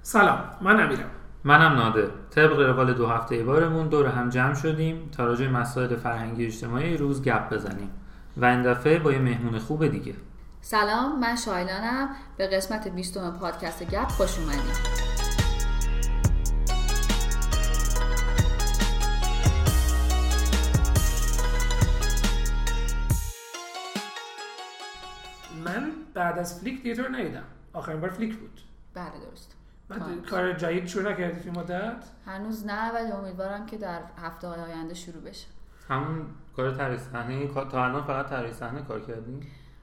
سلام، من امیرم. منم نادر. طبق روال 2 هفته بارمون دور هم جمع شدیم تا راجع به مسائل فرهنگی اجتماعی روز گپ بزنیم و این دفعه با یه مهمون خوب دیگه. سلام، من شایلانم. به قسمت 20 پادکست گپ خوش اومدید. من بعد از فلیک دیگه تو رو ندیدم. آخرین بار فلیک بود. بله درست. بعد کار جدید شروع نکردی فی مدت؟ هنوز نه، ولی امیدوارم که در هفته‌های آینده شروع بشه. همون کار طراحی صحنه تا الان فقط طراحی صحنه کار کردی؟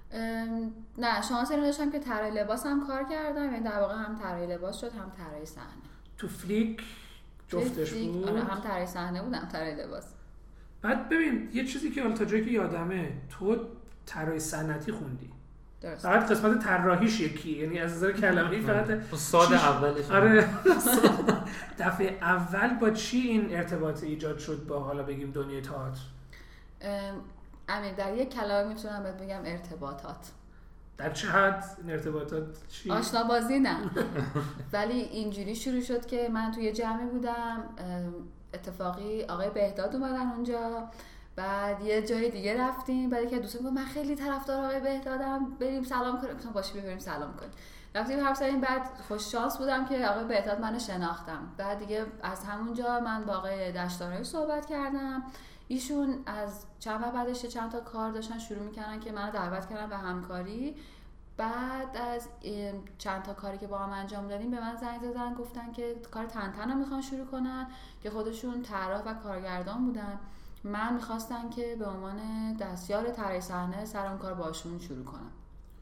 نه، شانس اینو داشتم که طراحی لباس هم کار کردم، یعنی در واقع هم طراحی لباس شد هم طراحی صحنه. تو فلیک جفتش بود؟ آره، هم طراحی صحنه بودم طراحی لباس. بعد ببین یه چیزی که تا جایی که یادمه تو طراحی صنعتی خوندی. درست. فقط قسمت طراحیش یکی، یعنی از نظر کلمه‌ای فقط استاد اولش. آره. دفعه اول با چی این ارتباط ایجاد شد با حالا بگیم دنیای تئاتر؟ امین، در یک کلمه میتونم بهت بگم ارتباطات. در چه حد این ارتباطات چی؟ آشنا بازی نه. ولی اینجوری شروع شد که من توی جمعی بودم، اتفاقی آقای بهداد اومدن اونجا، بعد یه جای دیگه رفتیم، بعد که دوستم گفت من خیلی طرفدار آقای بهدادم، بریم سلام کنیم. گفتم باشه بریم سلام کنیم. رفتیم حرف زدیم، بعد خوش شانس بودم که آقای بهداد منو شناختم. بعد دیگه از همونجا من با آقای دشتارایی صحبت کردم. ایشون از چند وقت بعدش چند تا کار داشتن شروع می‌کردن که منو دعوت کردن به همکاری. بعد از چند تا کاری که با هم انجام دادیم به من زنگ زدن، گفتن که کار تنتن رو میخوان شروع کنن که خودشون طراح و کارگردان بودن. من میخواستن که به عنوان دستیار طراحی صحنه سر اون کار باشون شروع کنم.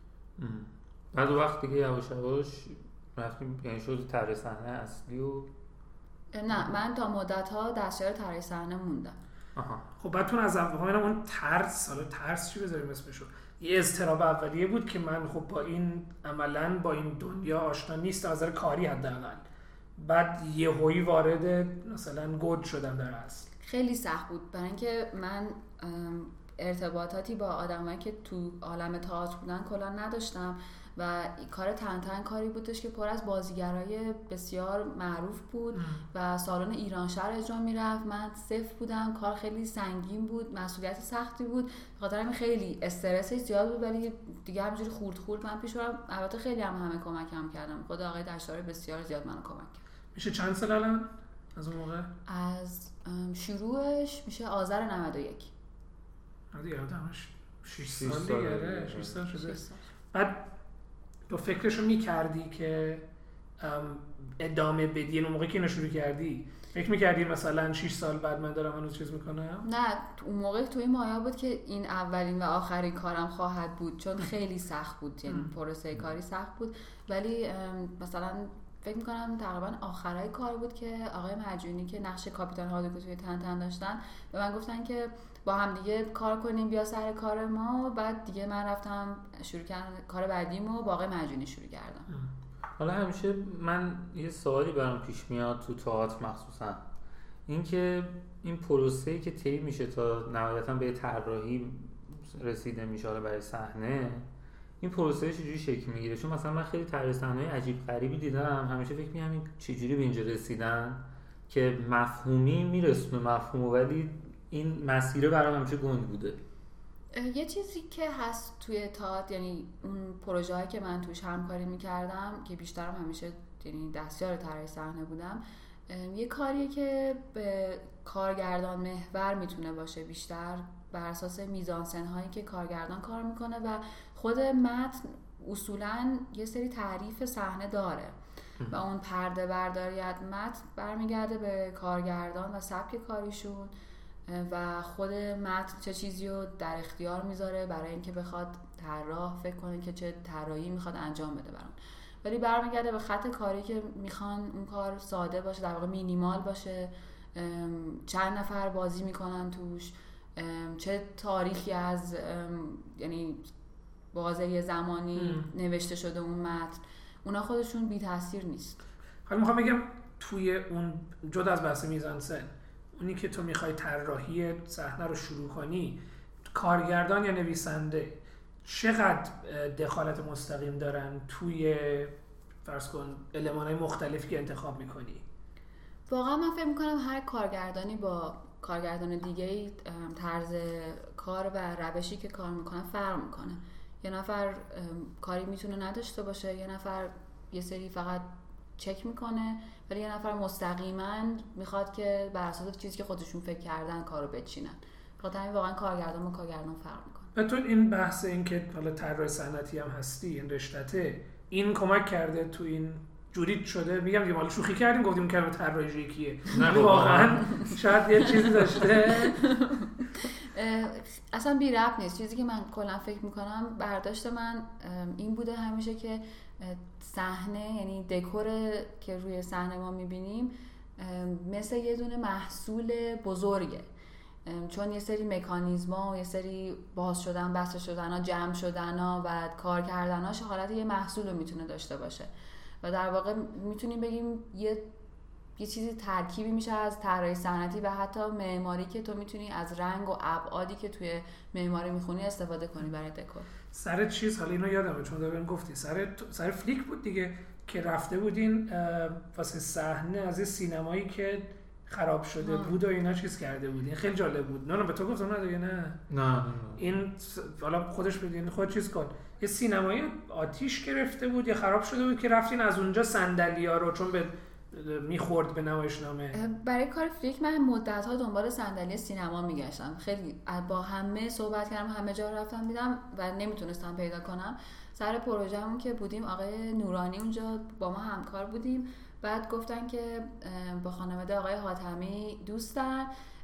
بعد وقت دیگه یواش یواش رفتیم، یعنی شد طراح صحنه اصلی و نه، من تا مدت‌ها دستیار طراحی صحنه موندم. آها. خب بعدتون از اول اون ترس، حالا ترس چی بذاریم اسمشو، یه اضطراب اولیه بود که من خب با این عملاً با این دنیا آشنا نیستم از نظر کاری حداقل، بعد یهویی وارد مثلا گود شدم در اصل. خیلی سخت بود برای اینکه من ارتباطاتی با آدمایی که تو عالم تئاتر بودن کلا نداشتم و کار تنتن کاری بودش که پر از بازیگرای بسیار معروف بود و سالن ایران شهر اجرا میرفت. من صفر بودم، کار خیلی سنگین بود، مسئولیت سختی بود، به خاطر همین خیلی استرسش زیاد بود، ولی دیگه همینجوری خورد من پیش بردم. البته خیلی همه کمکم کردم، خود آقای دشتاری بسیار زیاد منو کمک کرد. میشه چند سال الان از اون موقع؟ از شروعش میشه آذر 91. دیگه آدمش 6 سال دیگه، 6 سال شده. بعد تو فکرشو میکردی که ادامه بدی؟ اون موقعی که اینو شروع کردی فکر میکردی مثلا 6 سال بعد من دارم هنوز چیز میکنم؟ نه، اون موقع توی مایا بود که این اولین و آخرین کارم خواهد بود، چون خیلی سخت بود، یعنی پروسه کاری سخت بود. ولی مثلا فکر میکنم تقریبا آخرای کار بود که آقای مرجونی که نقش کاپیتان هادوکو توی تنتن داشتن به من گفتن که با هم دیگه کار کنیم، بیا سر کار ما. بعد دیگه من رفتم شروع کردم کار بعدیمو با آقای مرجونی شروع کردم. حالا همیشه من یه سوالی برام پیش میاد تو تئاتر مخصوصا، اینکه این پروسه‌ای که طی میشه تا نهایتاً به طراحی رسیده میشه برای صحنه، این پروسه چجوری شکل میگیره؟ چون مثلا من خیلی طراحی صحنه‌های عجیب غریبی دیدم، همیشه فکر می‌کنم این چجوری به اینجا رسیدن که مفهومی میرسونه مفهومو، ولی این مسیر برام همیشه گنگ بوده. یه چیزی که هست توی تئاتر، یعنی اون پروژه‌ای که من توش همکاری می‌کردم که بیشترم همیشه یعنی دستیار طراحی صحنه بودم، یه کاریه که به کارگردان محور میتونه باشه، بیشتر بر اساس میزانسن هایی که کارگردان کار میکنه و خود متن اصولاً یه سری تعریف صحنه داره و اون پرده برداری از متن برمیگرده به کارگردان و سبک کاریشون و خود متن چه چیزی رو در اختیار میذاره برای اینکه بخواد طراح فکر کنه که چه طراحی میخواد انجام بده برام. ولی برمیگرده به خط کاری که میخوان اون کار ساده باشه، در واقع مینیمال باشه، چند نفر بازی میکنن توش، چه تاریخی از یعنی بازه زمانی نوشته شده اون متن، اونا خودشون بی تاثیر نیست. حالا میخوام بگم توی اون جدا از بحث میزانسن، اونی که تو میخوای طراحی صحنه رو شروع کنی، کارگردان یا نویسنده چقدر دخالت مستقیم دارن توی فرض کن المان‌های مختلفی که انتخاب میکنی؟ واقعا من فکر میکنم هر کارگردانی با کارگردان دیگه‌ای طرز کار و روشی که کار میکنه فرق میکنه. یه نفر کاری میتونه نداشته باشه، یه نفر یه سری فقط چک میکنه، ولی یه نفر مستقیما میخواد که بر اساس چیزی که خودشون فکر کردن کارو بچینن. خاطر همین واقعا کارگردان با کارگردان فرق میکنه. و تو این بحث این که حالا طراح صنعتی هم هستی، این رشته‌ته، این کمک کرده تو این جوری شده؟ میگم دیگه مال شوخی کردیم گفتیم کلمه طراحی کیه، ولی واقعا شاید یه چیزی داشته. اصلا بی ربط نیست. چیزی که من کلا فکر میکنم، برداشت من این بوده همیشه که صحنه، یعنی دکور که روی صحنه ما میبینیم مثل یه دونه محصول بزرگه، چون یه سری مکانیزما و یه سری باز شدن، بسته شدن، جمع شدن و کار کردناش حالت یه محصول رو میتونه داشته باشه و در واقع میتونیم بگیم یه چیزی ترکیبی میشه از طراحی صنعتی و حتی معماری که تو میتونی از رنگ و ابعادی که توی معماری میخونی استفاده کنی برای دکور. سر چیز، حالا اینو یادمه چون دارم گفتی، سر فلیک بود دیگه که رفته بودین واسه صحنه از سینمایی که خراب شده بود و اینا چیز کرده بودین. خیلی جالب بود. نه به تو گفتم نه دیگه نه. این حالا خودش بدین خود چیز کن. یه سینمایی آتیش گرفته بود یا خراب شده بود که رفتین از اونجا صندلی‌ها رو، چون به میخورد به نمایشنامه. برای کار فلیک من مدت‌ها دنبال صندلی سینما میگشتم. خیلی با همه صحبت کردم، همه جا رفتم دیدم و نمیتونستم پیدا کنم. سر پروژه‌مون که بودیم آقای نورانی اونجا با ما همکار بودیم. بعد گفتن که با خانواده آقای حاتمی دوستن،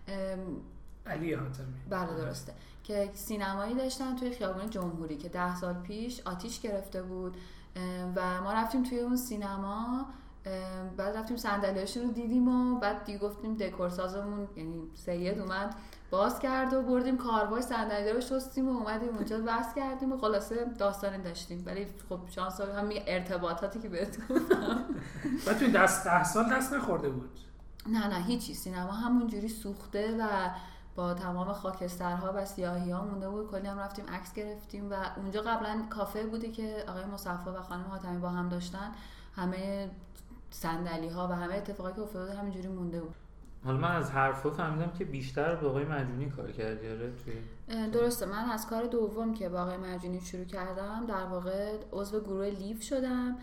علی حاتمی، بله درسته، که سینمایی داشتن توی خیابان جمهوری که 10 سال پیش آتیش گرفته بود و ما رفتیم توی اون سینما. بعد رفتیم صندلیاشون رو دیدیم و بعد دیگه گفتیم دکورسازمون یعنی سید اومد باز کرد و بردیم کارواش صندلی رو شستیم و اومدیم اونجا بس کردیم و خلاصه داستانی داشتیم. ولی خب شانس همین ارتباطاتی که بهت گفتم. بعد توی 10 سال دست نخورده بود؟ نه هیچی، سینما همونجوری سوخته و با تمام خاکسترها و سیاهی‌ها مونده بود. کلی هم رفتیم عکس گرفتیم و اونجا قبلا کافه بودی که آقای مصفی و خانم حاتمی با هم داشتن. همه صندلی‌ها و همه اتفاقایی که افتاده همینجوری مونده بود. حالا من از حرفا فهمیدم که بیشتر با آقای مجونی کار کردی. درسته، من از کار دوم که با آقای مجونی شروع کردم در واقع عضو گروه لیف شدم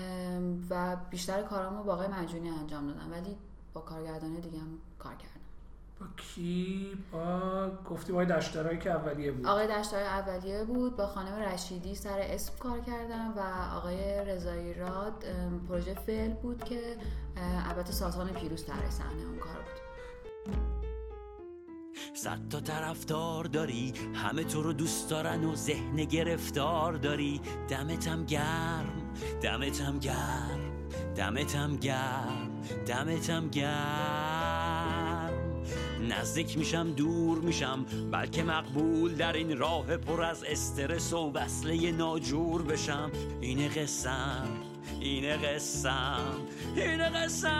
و بیشتر کارامو با آقای مجونی انجام دادم، ولی با کارگردان دیگه هم کار کردم. با کی؟ گفتی با دشتارایی که اولیه بود. آقای دشتارای اولیه بود. با خانم رشیدی سر اسم کار کردم و آقای رضایی راد پروژه فعل بود که البته سازمان پیروز طراح صحنه اون کار بود. 100 تا طرفدار داری، همه تو رو دوست دارن و ذهن گرفتار داری. دمتم گرم، دمتم گرم، دمتم گرم، دمتم گرم. نزدیک میشم دور میشم، بلکه مقبول در این راه پر از استرس و وصله ناجور بشم. اینه قسم، اینه قسم، اینه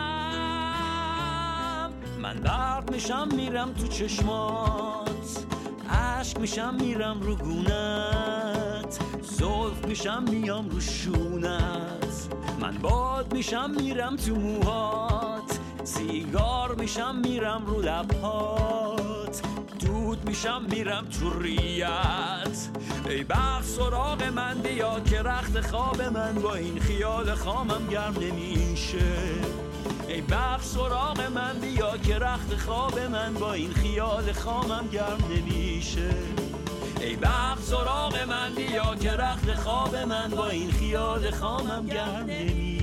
قسم. من برق میشم میرم تو چشمات، عشق میشم میرم رو گونت، زلف میشم میام رو شونت. من باد میشم میرم تو موهات، سیگار میشم میرم رو لبهات، دود میشم میرم تو ریت. ای بخت سراغ من بیا که رخت خواب من با این خیال خامم گرم نمیشه. ای بخت سراغ من بیا که رخت خواب من با این خیال خامم گرم نمیشه. ای بخت سراغ من بیا که رخت خواب من با این خیال خامم گرم نمیشه.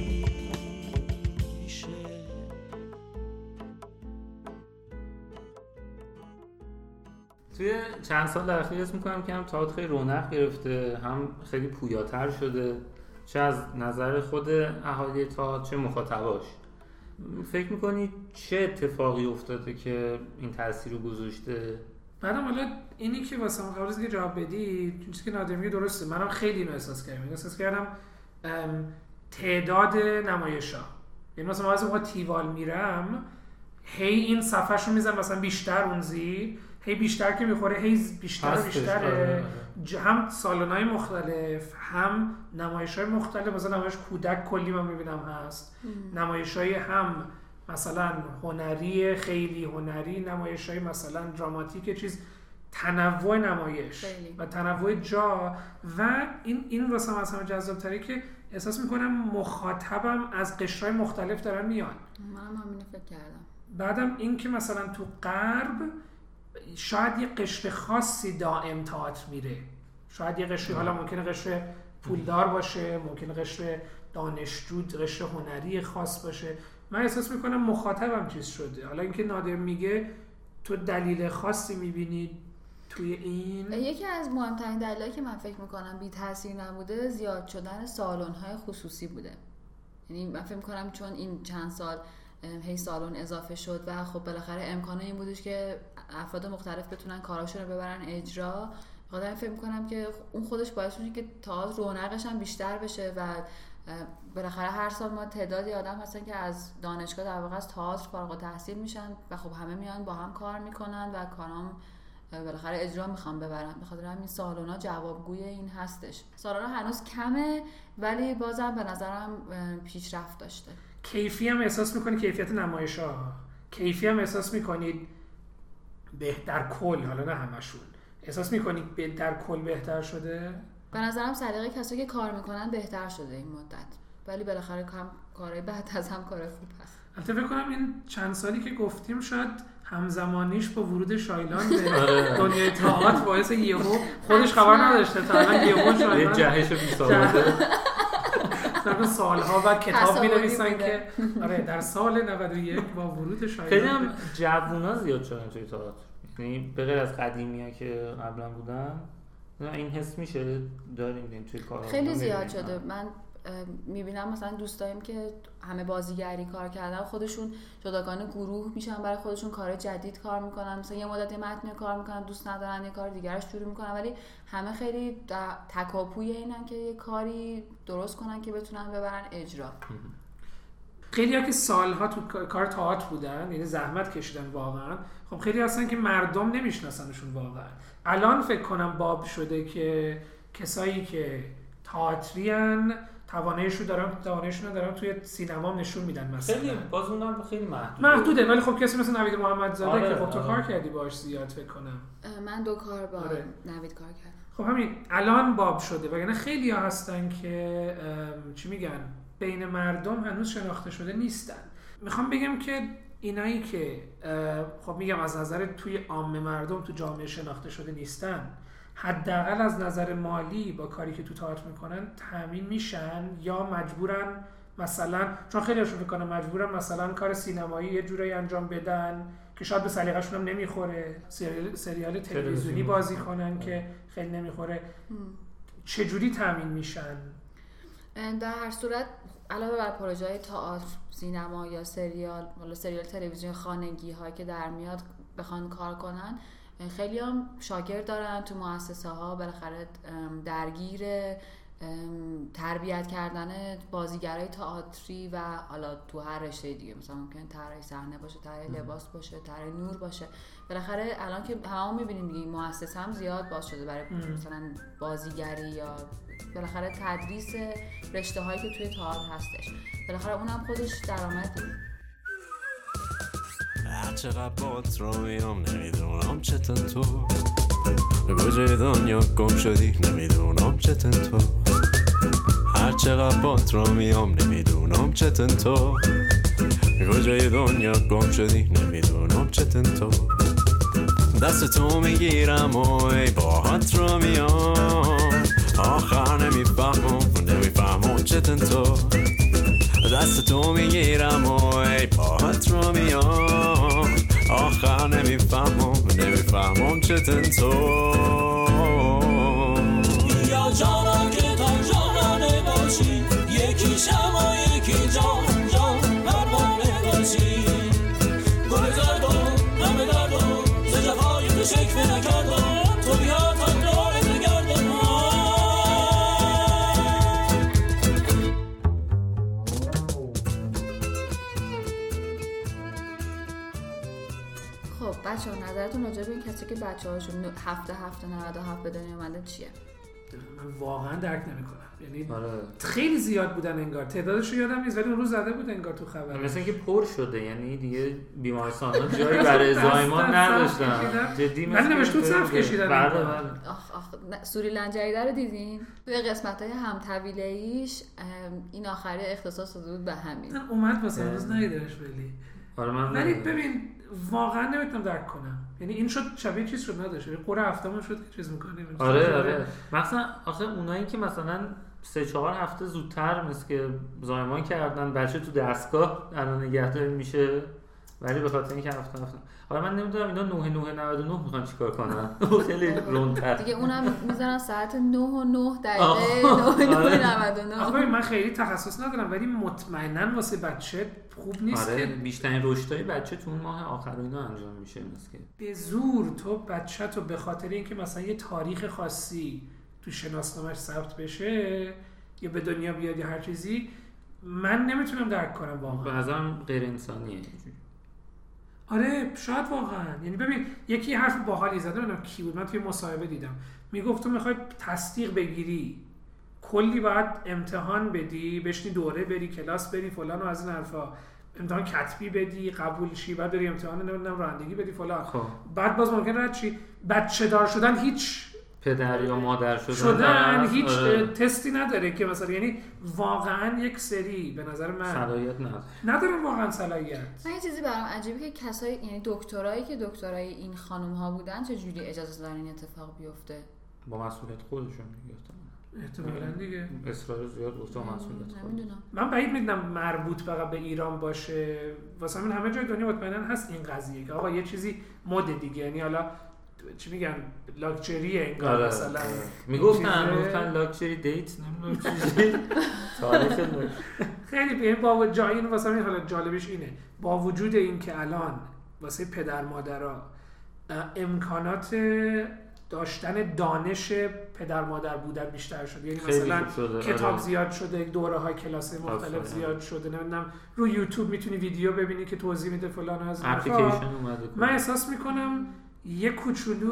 توی چند سال اخیر اسم می‌کنم که هم تئاتر خیلی رونق گرفته، هم خیلی پویاتر شده، چه از نظر خود اهالی تئاتر چه مخاطباش. فکر می‌کنی چه اتفاقی افتاده که این تأثیر رو گذاشته؟ بعدم حالا اینی که واسه من قبل از اینکه جواب بدی، چیزی که نادر میگه درسته. منم خیلی اینو احساس کردم. تعداد نمایش‌ها، یعنی مثلا از موقع تیوال میرم، هی این صفحه‌شو میزنم مثلا بیشتر اون زیر، هی بیشتر که میخوره هی بیشتر و بیشتره. هم سالن‌های مختلف، هم نمایش‌های مختلف. مثلا نمایش کودک کلی من میبینم هست، نمایش‌های هم مثلا هنری، خیلی هنری، نمایش‌های مثلا دراماتیک، چیز تنوع نمایش و تنوع جا. و این واسه مثلا جذاب‌تره که احساس میکنم مخاطبم از قشرهای مختلف دارن میان. منم همین فکر کردم. بعدم این که مثلا تو غرب شاید یه قشر خاصی دائم تئاتر میره، شاید یه قشری، حالا ممکنه قشر پولدار باشه، ممکنه قشر دانشجو، قشر هنری خاص باشه. من احساس میکنم مخاطبم چیز شده. حالا اینکه نادر میگه تو دلیل خاصی میبینید توی این، یکی از مهمترین دلایلی که من فکر میکنم بی تاثیر نبوده زیاد شدن سالن‌های خصوصی بوده. یعنی من فکر میکنم چون این چند سال هی سالن اضافه شد و خب بالاخره امکان این بودش که افراد مختلف بتونن کاراشون رو ببرن اجرا، خودم فکر میکنم که اون خودش باعث میشه که تئاتر رونقش هم بیشتر بشه و بالاخره هر سال ما تعدادی آدم هستن که از دانشگاه در واقع از تئاتر فارغ التحصیل میشن و خب همه میان با هم کار میکنن و کارام بالاخره اجرا میخوام ببرن. به خاطر همین سالونا جوابگوی این هستش. سالونا هنوز کمه ولی بازم به نظرم پیشرفت داشته. کیفی هم احساس میکنید کیفیت نمایش‌ها، کیفی هم احساس میکنید در کل، حالا نه همشون، احساس میکنید در کل بهتر شده؟ به نظرم سلیقه کسایی که کار میکنن بهتر شده این مدت، ولی بالاخره کارهای بعد از هم کار خوب هست. البته فکر کنم این چند سالی که گفتیم شاید همزمانیش با ورود شایلان به دنیای تئاتر باعث یهو خودش خبر نداشته تا الان یهو شایلان جهش بی‌سابقه در سالها و کتاب می‌نویسن که آره در سال 91 با ورود شایلان خیلی هم جوونا زیاد شدن توی تئاتر. یعنی به غیر از قدیمی‌ها که قبلا بودن این حس میشه داریم توی کارا خیلی زیاد شده. من میبینم مثلا دوستایم که همه بازیگری کار کردن خودشون جداگانه گروه میشن برای خودشون کار جدید کار میکنن، مثلا یه مدت متن کار میکنن دوست ندارن یه کار دیگرش شروع میکنن، ولی همه خیلی تکاپوی اینن که یه کاری درست کنن که بتونن ببرن اجرا. خیلی ها که سالها تو کار تئاتر بودن، یعنی زحمت کشیدن واقعا، خب خیلی هستن که مردم نمیشناسنشون واقعا. الان فکر کنم باب شده که کسایی که تئاتریان تواناییشون دارن توی سینما نشون میدن. مثلا خیلی باز اونم خیلی محدوده ولی خب کسی مثل نوید محمدزاده که خب تو کار کردی باهاش زیاد فکر کنم. من 2 کار با نوید کار کردم. خب همین الان باب شده، وگرنه خیلی ها هستن که چی میگن بین مردم هنوز شناخته شده نیستن. میخوام بگم که اینایی که خب میگم از نظر توی عام مردم تو جامعه شناخته شده نیستن، حداقل از نظر مالی با کاری که تو تئاتر میکنن تامین میشن یا مجبورن، مثلا چون خیلی هاشون فکر کنم مجبورن مثلا کار سینمایی یه جورایی انجام بدن که شاید به سلیقه‌شون هم نمیخوره، سریال تلویزیونی بازی کنن که خیلی نمیخوره. چجوری تامین میشن؟ در هر صورت علاوه بر پروژه‌های تئاتر، سینما یا سریال تلویزیون خانگی ها که در میاد بخوان کار کنن، خیلی هم شاگرد دارن تو مؤسسه ها، بالاخره درگیر تربیت کردن بازیگرای تئاتری و حالا تو هر رشته دیگه، مثلا ممکنه طراحی صحنه باشه، طراحی لباس باشه، طراحی نور باشه. بالاخره الان که همون می‌بینیم دیگه مؤسسه هم زیاد باز شده برای مثلا بازیگری یا بالاخره تدریس رشته‌هایی که توی تئاتر هستش. بالاخره اونم خودش درآمدی. هرچقدر بات رو میام نمیدونم چطور کجای دنیا گم شدی نمیدونم چطور. هرچقدر بات رو میام نمیدونم چطور کجای دنیا گم شدی نمیدونم چطور. دست تو میگیرم و ای باهات رو میام آخر نمیفهمم چطور. دست تو میگیرم و ای باهات رو میام آخر نمیفهمم چطور. یا جانا که تا جانانه باشی، یکی شما یکی جان پروانه باشی. گل زردم همه دردم ز جفای تو شکوه نکردم، تو بیا تنها بگردم. خب بچه‌ها نظرتون راجع به این کسی که بچه‌هاشون هفته 97 به دنیا اومده چیه؟ من واقعا درک نمی‌کنم. یعنی آره. خیلی زیاد بودن انگار، تعدادش رو یادم نیست ولی اون روز زده بود انگار تو خبر. مثلا اینکه پر شده، یعنی دیگه بیمارستان‌ها جایی برای زایمان نداشتن. جدی من نوشته بود صف کشیدن. بله. آخ سوری لنجریده رو دیدین؟ توی قسمت‌های هم‌طویله‌ایش این آخری اختصاص داده بود به همین. من اومد واسه روز ندیدمش ولی ببین واقعا نمیتونم درک کنم. یعنی این شد شبیه چیز شد نداشت. قرعه هفتمون شد که چیز می‌کنیم. آره. مثلا آخه اونایی که مثلا 3-4 هفته زودتر مثل که زایمان کردن، بچه تو دستگاه الان نگهداری میشه، ولی به خاطر اینکه هفته حالا من نمیدونم اینا 9:99 میخوان چیکار کنن. خیلی رندتر دیگه اونم میذارن ساعت 9:09 دقیقه 9:99. آخه من خیلی تخصص ندارم ولی مطمئناً واسه بچه خوب نیست. آره بیشترین رشدهای بچه تو اون ماه آخر اینا انجام میشه. مثلا به زور تو بچه تو به خاطر اینکه مثلا یه تاریخ خاصی تو شناسنامه‌اش ثبت بشه یا به دنیا بیاد یا هر چیزی، من نمیتونم درک کنم واقعا. به نظرم غیر انسانیه. آره شاید واقعا. یعنی ببین یکی حرف باحالی زده، من کی بود، من توی مصاحبه دیدم، میگفت تو میخوای تصدیق بگیری کلی باید امتحان بدی، بشینی دوره بری، کلاس بری، فلان و از این حرفا، امتحان کتبی بدی، قبول شی، بعد بری امتحان نمیدونم رانندگی بدی فلان. بعد باز ممکنه رد شی. بچه دار شدن هیچ پدر یا مادر شدن هیچ تستی نداره که مثلا، یعنی واقعا یک سری به نظر من صلاحیت ندارن واقعا صلاحیت. من یه چیزی برام عجیبه که کسایی، یعنی دکترای این خانم ها بودن چه جوری اجازه دارن این اتفاق بیفته؟ با مسئولیت خودشون میگفتن احتمالاً دیگه. اصرار زیاد گفتم مسئولیت خودشون. من بعید میدونم مربوط فقط به ایران باشه، واسه من همه جای دنیا مطمئنا هست این قضیه که آقا یه چیزی مد دیگه، یعنی حالا چی میگن لاکچری انگار مثلا میگفتن لاکچری دیت نمیدونم چیزی تاریخ خیلی با جایی واسه من حالا جالبش اینه، با وجود این که الان واسه پدر مادرها امکانات داشتن دانش پدر مادر بودن بیشتر شده، یعنی مثلا کتاب زیاد شده، دوره‌های کلاس مختلف زیاد شده، نمیدونم رو یوتیوب میتونی ویدیو ببینی که توضیح میده فلان از اپلیکیشن اومده. من احساس میکنم یه کوچولو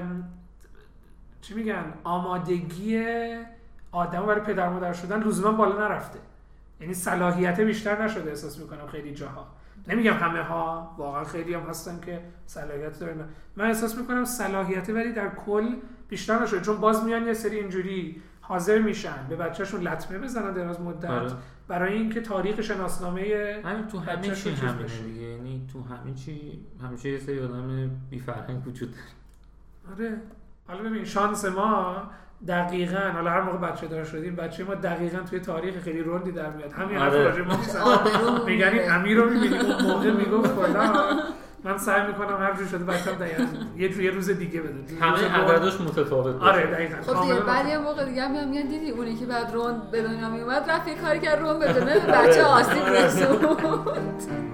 چی میگن آمادگی آدم برای پدر مادر شدن لزوما بالا نرفته، یعنی صلاحیت بیشتر نشده احساس میکنم خیلی جاها. نمیگم همه ها، واقعا خیلی هم هستن که صلاحیت دارن، من احساس میکنم صلاحیت ولی در کل بیشتر نشده، چون باز میان یه سری اینجوری حاضر میشن به بچه‌شون لطمه بزنن دراز مدت برای اینکه تاریخ شناسنامه همین تو همین چی همینه دیگه، یعنی تو همین چی همیشه یه سری آدم بی فرهنگ وجود داره. آره حالا ببین شانس ما دقیقاً، حالا هر موقع بچه دار شدیم بچه ما دقیقاً توی تاریخ خیلی روندی در میاد، همین حرف راجع ما میزنن، میگن این امیر رو میبینیم اون موقع میگفت فلان، من سعی میکنم هر جور شده بچه‌م دقیقاً یه روز دیگه بده، همه عددش متفاوت باشه. آره دقیقاً. خب دیگه بعد یه موقع دیگه میگن دیدی اونی که بعد روند به دنیا میومد رفت یه کاری کرد روند بدونه بچه آسیب رسوند.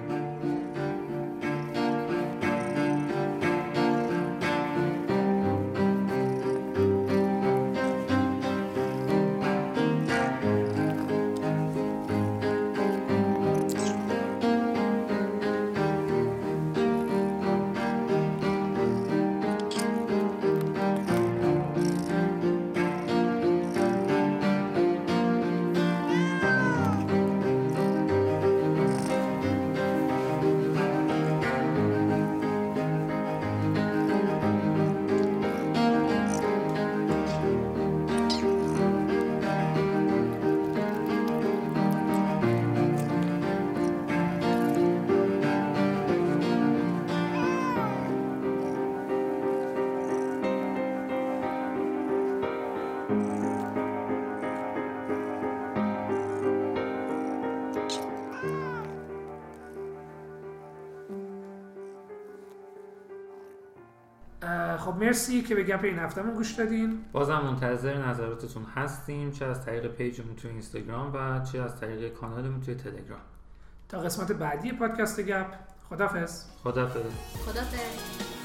خب مرسی که به گپ این هفتهمون گوش دادین. بازم منتظر نظراتتون هستیم، چه از طریق پیجمون تو اینستاگرام و چه از طریق کانالمون توی تلگرام. تا قسمت بعدی پادکست گپ، خداحافظ. خداحافظ. خداحافظ.